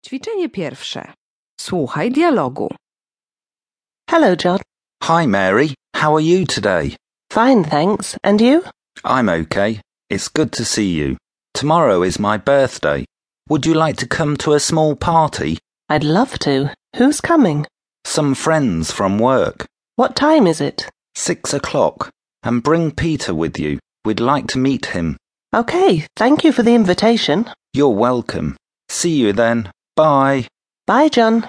Ćwiczenie pierwsze. Słuchaj dialogu. Hello, John. Hi, Mary. How are you today? Fine, thanks. And you? I'm okay. It's good to see you. Tomorrow is my birthday. Would you like to come to a small party? I'd love to. Who's coming? Some friends from work. What time is it? 6 o'clock. And bring Peter with you. We'd like to meet him. Okay, thank you for the invitation. You're welcome. See you then. Bye. Bye, John.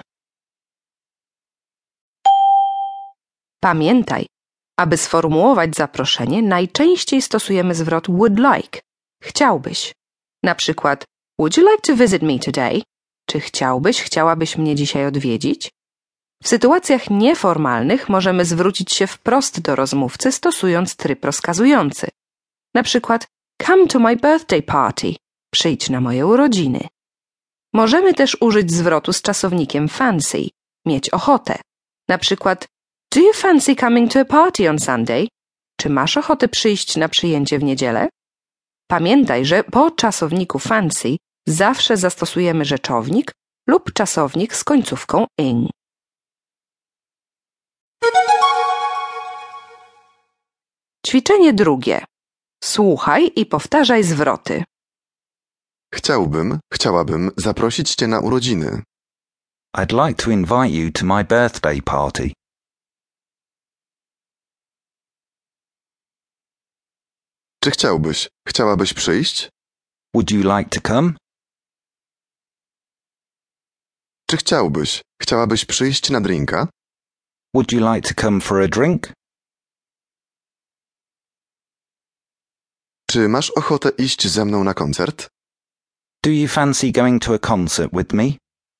Pamiętaj, aby sformułować zaproszenie, najczęściej stosujemy zwrot would like. Chciałbyś. Na przykład, would you like to visit me today? Czy chciałabyś mnie dzisiaj odwiedzić? W sytuacjach nieformalnych możemy zwrócić się wprost do rozmówcy, stosując tryb rozkazujący. Na przykład, come to my birthday party. Przyjdź na moje urodziny. Możemy też użyć zwrotu z czasownikiem fancy. Mieć ochotę. Na przykład, do you fancy coming to a party on Sunday? Czy masz ochotę przyjść na przyjęcie w niedzielę? Pamiętaj, że po czasowniku fancy zawsze zastosujemy rzeczownik lub czasownik z końcówką ing. Ćwiczenie drugie. Słuchaj i powtarzaj zwroty. Chciałabym zaprosić cię na urodziny. I'd like to invite you to my birthday party. Czy chciałabyś przyjść? Would you like to come? Czy chciałabyś przyjść na drinka? Would you like to come for a drink? Czy masz ochotę iść ze mną na koncert? Do you fancy going to a concert with me?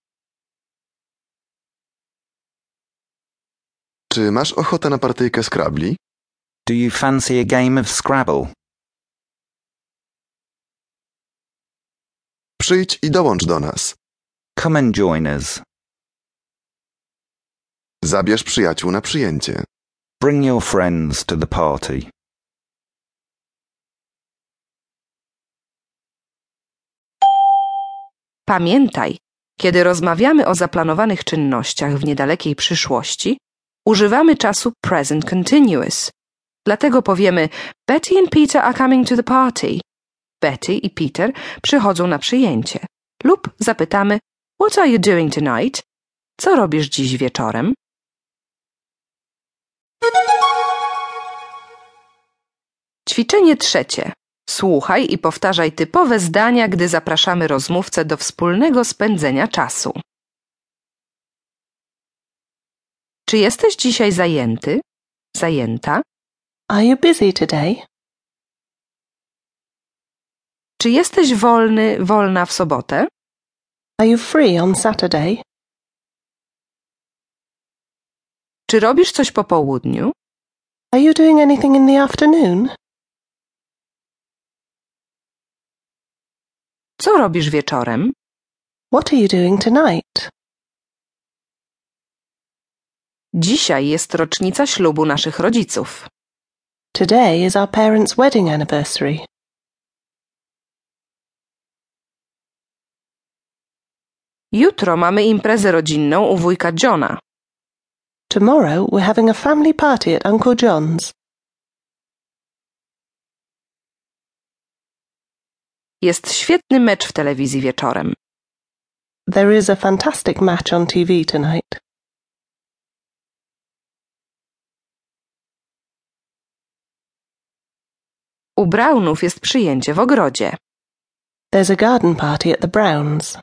Czy masz ochotę na partyjkę Scrabble? Do you fancy a game of Scrabble? Przyjdź i dołącz do nas. Come and join us. Zabierz przyjaciół na przyjęcie. Bring your friends to the party. Pamiętaj, kiedy rozmawiamy o zaplanowanych czynnościach w niedalekiej przyszłości, używamy czasu present continuous. Dlatego powiemy Betty and Peter are coming to the party. Betty i Peter przychodzą na przyjęcie. Lub zapytamy What are you doing tonight? Co robisz dziś wieczorem? Ćwiczenie trzecie. Słuchaj i powtarzaj typowe zdania, gdy zapraszamy rozmówcę do wspólnego spędzenia czasu. Czy jesteś dzisiaj zajęty? Zajęta? Are you busy today? Czy jesteś wolna w sobotę? Are you free on Saturday? Czy robisz coś po południu? Are you doing anything in the afternoon? Co robisz wieczorem? What are you doing tonight? Dzisiaj jest rocznica ślubu naszych rodziców. Today is our parents' wedding anniversary. Jutro mamy imprezę rodzinną u wujka Johna. Tomorrow we're having a family party at Uncle John's. Jest świetny mecz w telewizji wieczorem. There is a fantastic match on TV tonight. U Brownów jest przyjęcie w ogrodzie. There's a garden party at the Browns.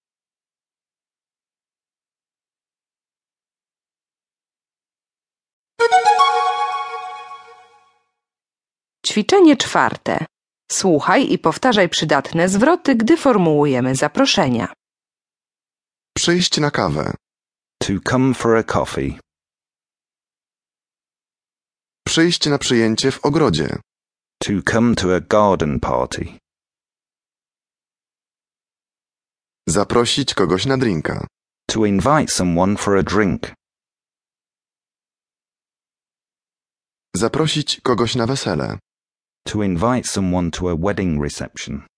Ćwiczenie czwarte. Słuchaj i powtarzaj przydatne zwroty, gdy formułujemy zaproszenia. Przyjść na kawę. To come for a coffee. Przyjść na przyjęcie w ogrodzie. To come to a garden party. Zaprosić kogoś na drinka. To invite someone for a drink. Zaprosić kogoś na wesele. To invite someone to a wedding reception.